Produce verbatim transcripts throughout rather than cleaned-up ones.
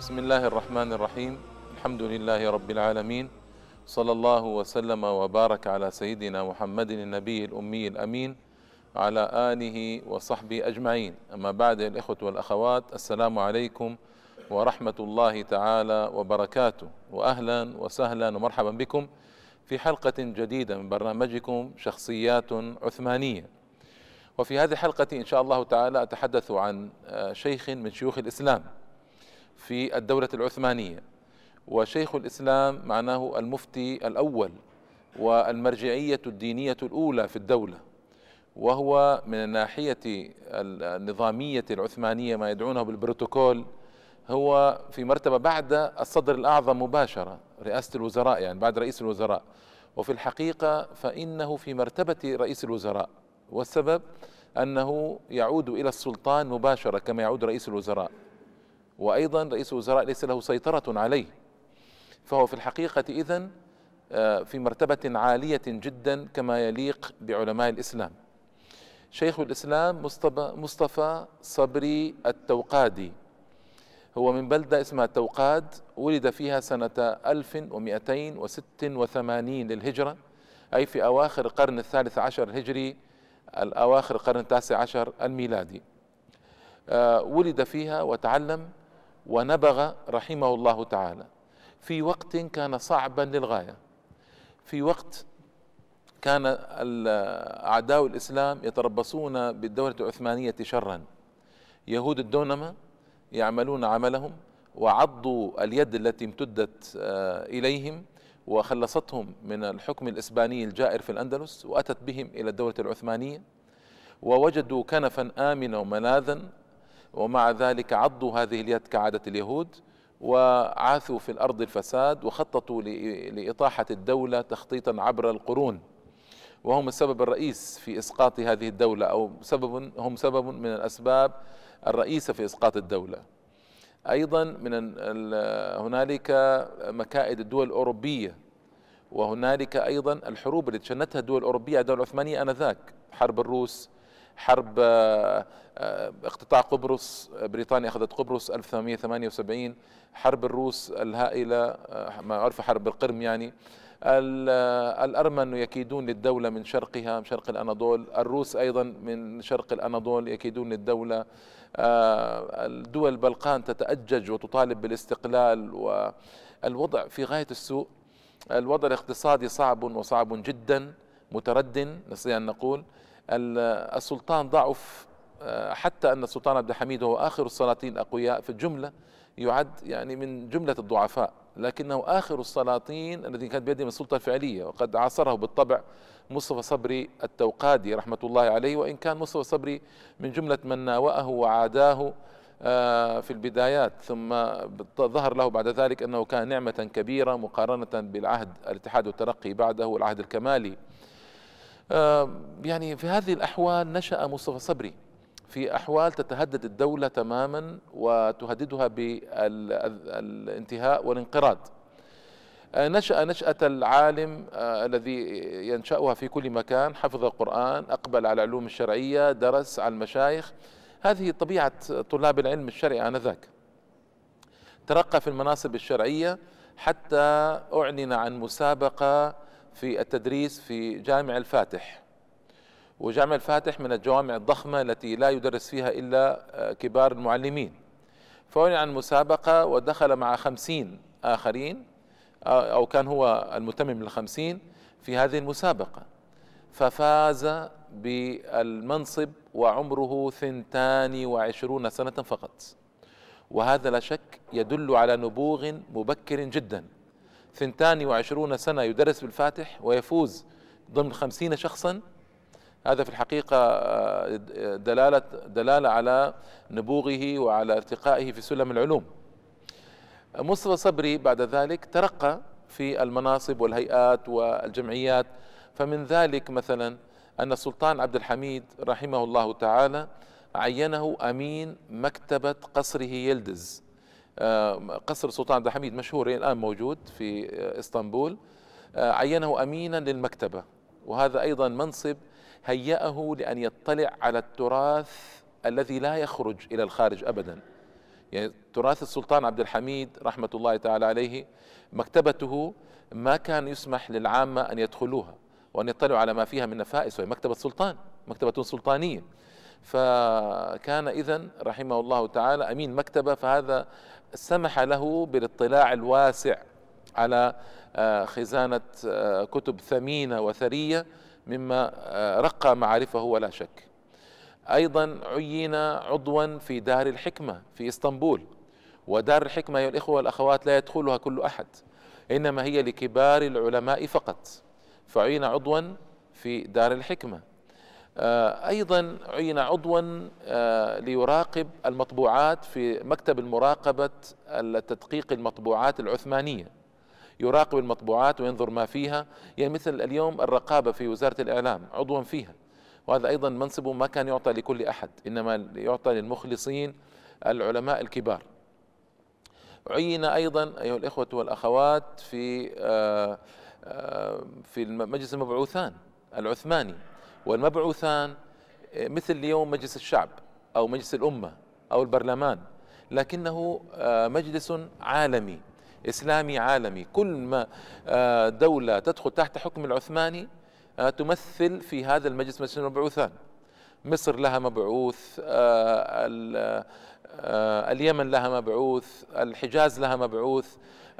بسم الله الرحمن الرحيم. الحمد لله رب العالمين، صلى الله وسلم وبارك على سيدنا محمد النبي الأمي الأمين على آله وصحبه أجمعين. أما بعد، الإخوة والأخوات، السلام عليكم ورحمة الله تعالى وبركاته، وأهلا وسهلا ومرحبا بكم في حلقة جديدة من برنامجكم شخصيات عثمانية. وفي هذه الحلقة إن شاء الله تعالى أتحدث عن شيخ من شيوخ الإسلام في الدولة العثمانية. وشيخ الإسلام معناه المفتي الأول والمرجعية الدينية الأولى في الدولة، وهو من الناحية النظامية العثمانية ما يدعونه بالبروتوكول، هو في مرتبة بعد الصدر الأعظم مباشرة، رئاسة الوزراء، يعني بعد رئيس الوزراء. وفي الحقيقة فإنه في مرتبة رئيس الوزراء، والسبب أنه يعود إلى السلطان مباشرة كما يعود رئيس الوزراء، وأيضا رئيس الوزراء ليس له سيطرة عليه، فهو في الحقيقة إذن في مرتبة عالية جدا كما يليق بعلماء الإسلام. شيخ الإسلام مصطفى, مصطفى صبري التوقادي، هو من بلدة اسمها توقاد، ولد فيها سنة ألف ومئتين وست وثمانين للهجرة، أي في أواخر القرن الثالث عشر الهجري، الأواخر القرن التاسع عشر الميلادي. ولد فيها وتعلم ونبغ رحمه الله تعالى في وقت كان صعبا للغاية، في وقت كان أعداء الإسلام يتربصون بالدولة العثمانية شرا. يهود الدونمة يعملون عملهم، وعضوا اليد التي امتدت إليهم وخلصتهم من الحكم الإسباني الجائر في الأندلس، وأتت بهم إلى الدولة العثمانية، ووجدوا كنفا آمنا وملاذا، ومع ذلك عضوا هذه اليد كعادة اليهود، وعاثوا في الأرض الفساد، وخططوا لإطاحة الدولة تخطيطا عبر القرون، وهم السبب الرئيس في إسقاط هذه الدولة، أو سبب هم سبب من الأسباب الرئيسة في إسقاط الدولة. أيضا من هنالك مكائد الدول الأوروبية، وهنالك أيضا الحروب التي شنتها الدول الأوروبية على الدولة العثمانية آنذاك، حرب الروس، حرب اقتطاع قبرص، بريطانيا أخذت قبرص ألف وثمانمئة وثمانية وسبعين، حرب الروس الهائلة ما يعرف حرب القرم، يعني الأرمن يكيدون للدولة من شرقها، من شرق الأناضول، الروس أيضا من شرق الأناضول يكيدون للدولة، الدول البلقان تتأجج وتطالب بالاستقلال، والوضع في غاية السوء. الوضع الاقتصادي صعب وصعب جدا، مترد نستطيع أن نقول. السلطان ضعف، حتى أن السلطان عبد الحميد هو آخر السلاطين الأقوياء في الجملة، يعد يعني من جملة الضعفاء، لكنه آخر السلاطين الذي كانت بيدهم السلطة الفعلية، وقد عاصره بالطبع مصطفى صبري التوقادي رحمة الله عليه، وإن كان مصطفى صبري من جملة من ناوأه وعاداه في البدايات، ثم ظهر له بعد ذلك أنه كان نعمة كبيرة مقارنة بالعهد الاتحاد والترقي بعده والعهد الكمالي. يعني في هذه الأحوال نشأ مصطفى صبري في أحوال تتهدد الدولة تماما وتهددها بالانتهاء والانقراض. نشأ نشأة العالم الذي ينشأها في كل مكان، حفظ القرآن، أقبل على العلوم الشرعية، درس على المشايخ، هذه طبيعة طلاب العلم الشرعي آنذاك. ترقى في المناصب الشرعية حتى أعلن عن مسابقة في التدريس في جامع الفاتح، وجامع الفاتح من الجوامع الضخمة التي لا يدرس فيها إلا كبار المعلمين، فأعلن عن مسابقة ودخل مع خمسين آخرين، أو كان هو المتمم للخمسين في هذه المسابقة، ففاز بالمنصب وعمره ثنتان وعشرون سنة فقط، وهذا لا شك يدل على نبوغ مبكر جدا. ثنتان وعشرون سنة يدرس بالفاتح ويفوز ضمن خمسين شخصا، هذا في الحقيقة دلالة دلالة على نبوغه وعلى ارتقائه في سلم العلوم. مصطفى صبري بعد ذلك ترقى في المناصب والهيئات والجمعيات، فمن ذلك مثلا أن السلطان عبد الحميد رحمه الله تعالى عينه أمين مكتبة قصره يلدز. قصر السلطان عبد الحميد مشهور الآن موجود في اسطنبول، عينه أمينا للمكتبة، وهذا أيضا منصب هيأه لأن يطلع على التراث الذي لا يخرج إلى الخارج أبدا. يعني تراث السلطان عبد الحميد رحمة الله تعالى عليه، مكتبته ما كان يسمح للعامة أن يدخلوها وأن يطلعوا على ما فيها من نفائس، وهي مكتبة سلطان، مكتبة سلطانية. فكان إذن رحمه الله تعالى أمين مكتبة، فهذا سمح له بالاطلاع الواسع على خزانة كتب ثمينة وثرية مما رقى معارفه ولا شك. أيضا عين عضوا في دار الحكمة في إسطنبول، ودار الحكمة أيها الإخوة والأخوات لا يدخلها كل أحد، إنما هي لكبار العلماء فقط، فعين عضوا في دار الحكمة. أيضا عين عضوا ليراقب المطبوعات في مكتب المراقبة التدقيق المطبوعات العثمانية، يراقب المطبوعات وينظر ما فيها، يعني مثل اليوم الرقابة في وزارة الإعلام عضوا فيها، وهذا أيضا منصب ما كان يعطى لكل أحد، إنما يعطى للمخلصين العلماء الكبار. عين أيضا أيها الإخوة والأخوات في في مجلس المبعوثان العثماني، والمبعوثان مثل اليوم مجلس الشعب أو مجلس الأمة أو البرلمان، لكنه مجلس عالمي إسلامي عالمي. كل ما دولة تدخل تحت حكم العثماني تمثل في هذا المجلس، مجلس المبعوثان. مصر لها مبعوث، اليمن لها مبعوث، الحجاز لها مبعوث،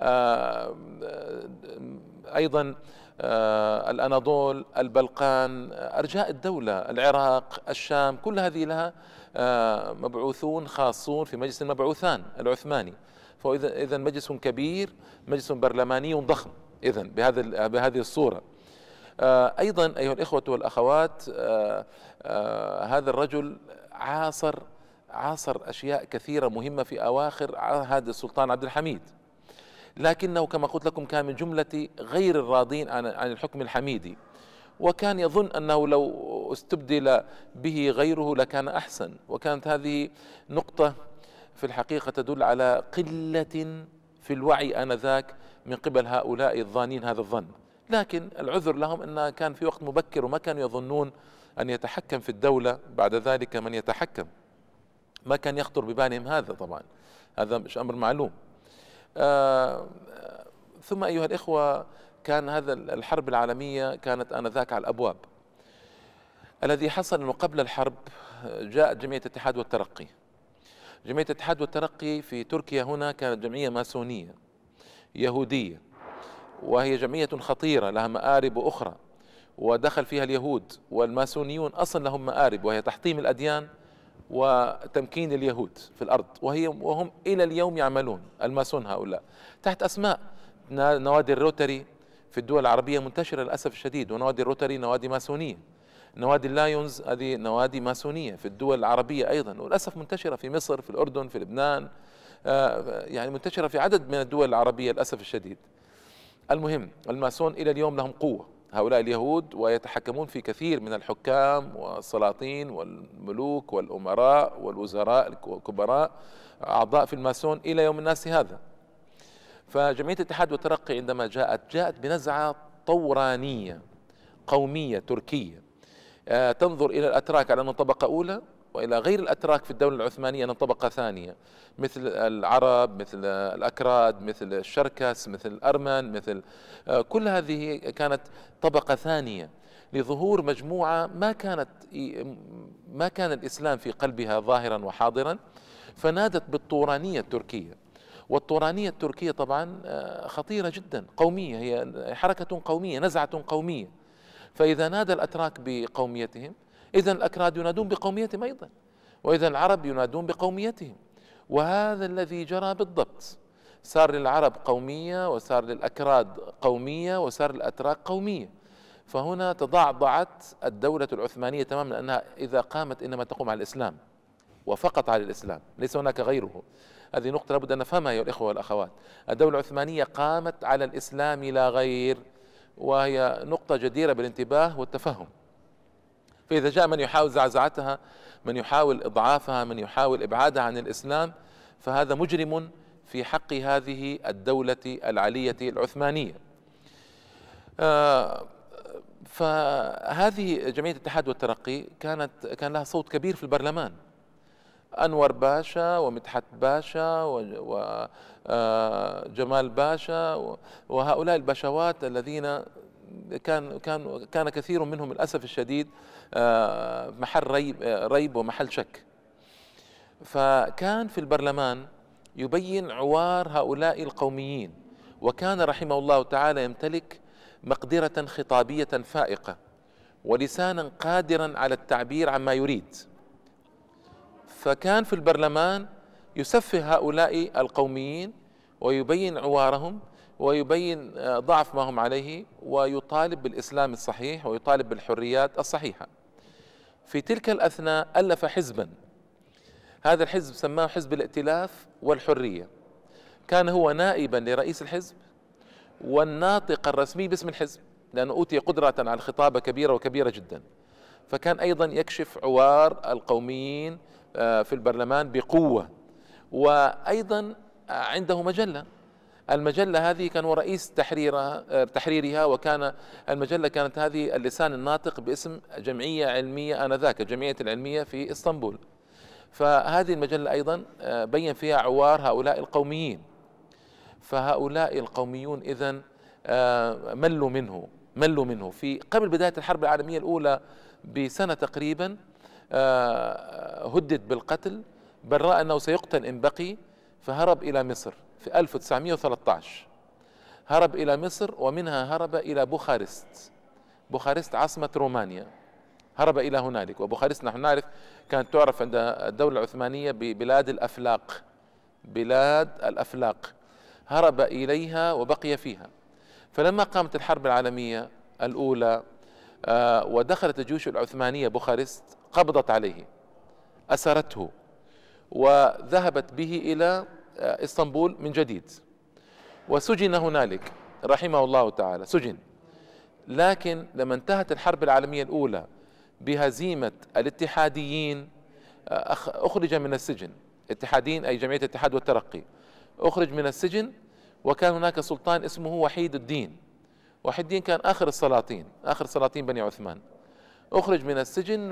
أيضا الأناضول، البلقان، أرجاء الدولة، العراق، الشام، كل هذه لها مبعوثون خاصون في مجلس المبعوثان العثماني. فإذا إذا مجلس كبير، مجلس برلماني ضخم إذن بهذا بهذه الصورة. أيضا أيها الإخوة والأخوات، هذا الرجل عاصر عاصر أشياء كثيرة مهمة في أواخر عهد السلطان عبد الحميد، لكنه كما قلت لكم كان من جملة غير الراضين عن عن الحكم الحميدي، وكان يظن أنه لو استبدل به غيره لكان أحسن. وكانت هذه نقطة في الحقيقة تدل على قلة في الوعي آنذاك من قبل هؤلاء الظانين هذا الظن، لكن العذر لهم أن كان في وقت مبكر وما كانوا يظنون أن يتحكم في الدولة بعد ذلك من يتحكم، ما كان يخطر ببالهم هذا، طبعا هذا مش أمر معلوم. آه ثم أيها الإخوة، كان هذا الحرب العالمية كانت آنذاك على الأبواب. الذي حصل أنه قبل الحرب جاءت جمعية الاتحاد والترقي. جمعية الاتحاد والترقي في تركيا هنا كانت جمعية ماسونية يهودية، وهي جمعية خطيرة لها مآرب أخرى، ودخل فيها اليهود، والماسونيون أصلا لهم مآرب وهي تحطيم الأديان وتمكين اليهود في الأرض، وهي وهم إلى اليوم يعملون الماسون هؤلاء تحت أسماء. نوادي الروتري في الدول العربية منتشرة للأسف الشديد، ونوادي الروتري نوادي ماسونية. نوادي اللايونز هذه نوادي ماسونية في الدول العربية أيضا، وللأسف منتشرة في مصر، في الأردن، في لبنان، يعني منتشرة في عدد من الدول العربية للأسف الشديد. المهم الماسون إلى اليوم لهم قوة هؤلاء اليهود، ويتحكمون في كثير من الحكام والسلاطين والملوك والأمراء والوزراء الكبراء أعضاء في الماسون إلى يوم الناس هذا. فجمعية الاتحاد والترقي عندما جاءت جاءت بنزعة طورانية قومية تركية، تنظر إلى الأتراك على أنهم طبقة أولى، وإلى غير الأتراك في الدولة العثمانية أنهم طبقة ثانية، مثل العرب، مثل الأكراد، مثل الشركس، مثل الأرمن، مثل كل هذه كانت طبقة ثانية لظهور مجموعة ما كانت ما كان الإسلام في قلبها ظاهرا وحاضرا، فنادت بالطورانية التركية. والطورانية التركية طبعا خطيرة جدا، قومية، هي حركة قومية، نزعة قومية. فإذا نادى الأتراك بقوميتهم، إذا الأكراد ينادون بقوميتهم أيضا، وإذا العرب ينادون بقوميتهم، وهذا الذي جرى بالضبط. صار للعرب قومية، وصار للأكراد قومية، وصار للأتراك قومية. فهنا تضعضعت الدولة العثمانية تماما، لأنها إذا قامت إنما تقوم على الإسلام وفقط على الإسلام، ليس هناك غيره. هذه نقطة لابد أن نفهمها أيها الإخوة والأخوات. الدولة العثمانية قامت على الإسلام لا غير، وهي نقطة جديرة بالانتباه والتفهم. فإذا جاء من يحاول زعزعتها، من يحاول إضعافها، من يحاول إبعادها عن الإسلام، فهذا مجرم في حق هذه الدولة العلية العثمانية. آه فهذه جمعية الاتحاد والترقي كانت كان لها صوت كبير في البرلمان. أنور باشا ومدحت باشا وجمال باشا وهؤلاء الباشوات الذين كان كان كان كثير منهم للأسف الشديد محل ريب ريب ومحل شك. فكان في البرلمان يبين عوار هؤلاء القوميين، وكان رحمه الله تعالى يمتلك مقدرة خطابية فائقة ولسانا قادرا على التعبير عما يريد. فكان في البرلمان يسفه هؤلاء القوميين ويبين عوارهم ويبين ضعف ما هم عليه ويطالب بالإسلام الصحيح ويطالب بالحريات الصحيحة. في تلك الأثناء ألف حزبا، هذا الحزب سماه حزب الائتلاف والحرية، كان هو نائبا لرئيس الحزب والناطق الرسمي باسم الحزب، لأنه أوتي قدرة على الخطابة كبيرة وكبيرة جدا. فكان أيضا يكشف عوار القوميين في البرلمان بقوة. وأيضا عنده مجلة، المجلة هذه كان هو رئيس تحريرها تحريرها وكان المجلة كانت هذه اللسان الناطق باسم جمعية علمية آنذاك، الجمعية العلمية في إسطنبول. فهذه المجلة أيضا بين فيها عوار هؤلاء القوميين. فهؤلاء القوميون إذن ملوا منه ملوا منه في قبل بداية الحرب العالمية الأولى بسنة تقريبا هدد بالقتل، بل رأى أنه سيقتل إن بقي، فهرب إلى مصر في ألف وتسعمئة وثلاثة عشر. هرب إلى مصر ومنها هرب إلى بوخارست، بوخارست عاصمة رومانيا، هرب إلى هنالك. وبوخارست نحن نعرف كانت تعرف عند الدولة العثمانية ببلاد الأفلاق، بلاد الأفلاق، هرب إليها وبقي فيها. فلما قامت الحرب العالمية الأولى ودخلت الجيوش العثمانية بوخارست قبضت عليه، أسرته وذهبت به إلى إسطنبول من جديد وسجن هنالك رحمه الله تعالى، سجن. لكن لما انتهت الحرب العالمية الأولى بهزيمة الاتحاديين أخرج من السجن، اتحاديين أي جمعية الاتحاد والترقي، أخرج من السجن. وكان هناك سلطان اسمه وحيد الدين، وحيد الدين كان آخر السلاطين، آخر سلاطين بني عثمان. أخرج من السجن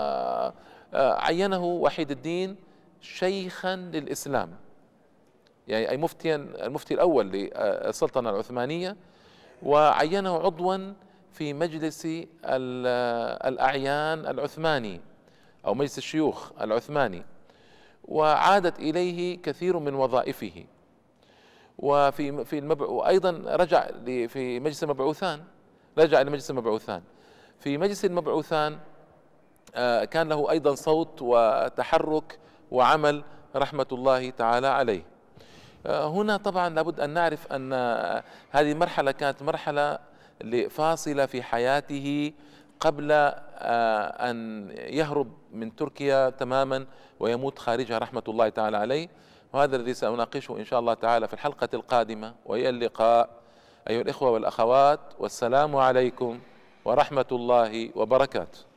وعينه وحيد الدين شيخا للإسلام، يعني أي مفتيا، المفتي الأول للسلطنة العثمانية، وعينه عضوا في مجلس الأعيان العثماني أو مجلس الشيوخ العثماني، وعادت إليه كثير من وظائفه. وفي في المبع... وأيضا رجع في مجلس المبعوثان، رجع إلى مجلس المبعوثان. في مجلس المبعوثان كان له أيضا صوت وتحرك وعمل رحمة الله تعالى عليه. هنا طبعا لابد أن نعرف أن هذه المرحلة كانت مرحلة فاصلة في حياته قبل أن يهرب من تركيا تماما ويموت خارجها رحمة الله تعالى عليه. وهذا الذي سأناقشه إن شاء الله تعالى في الحلقة القادمة، وإلى اللقاء أيها الإخوة والأخوات، والسلام عليكم ورحمة الله وبركاته.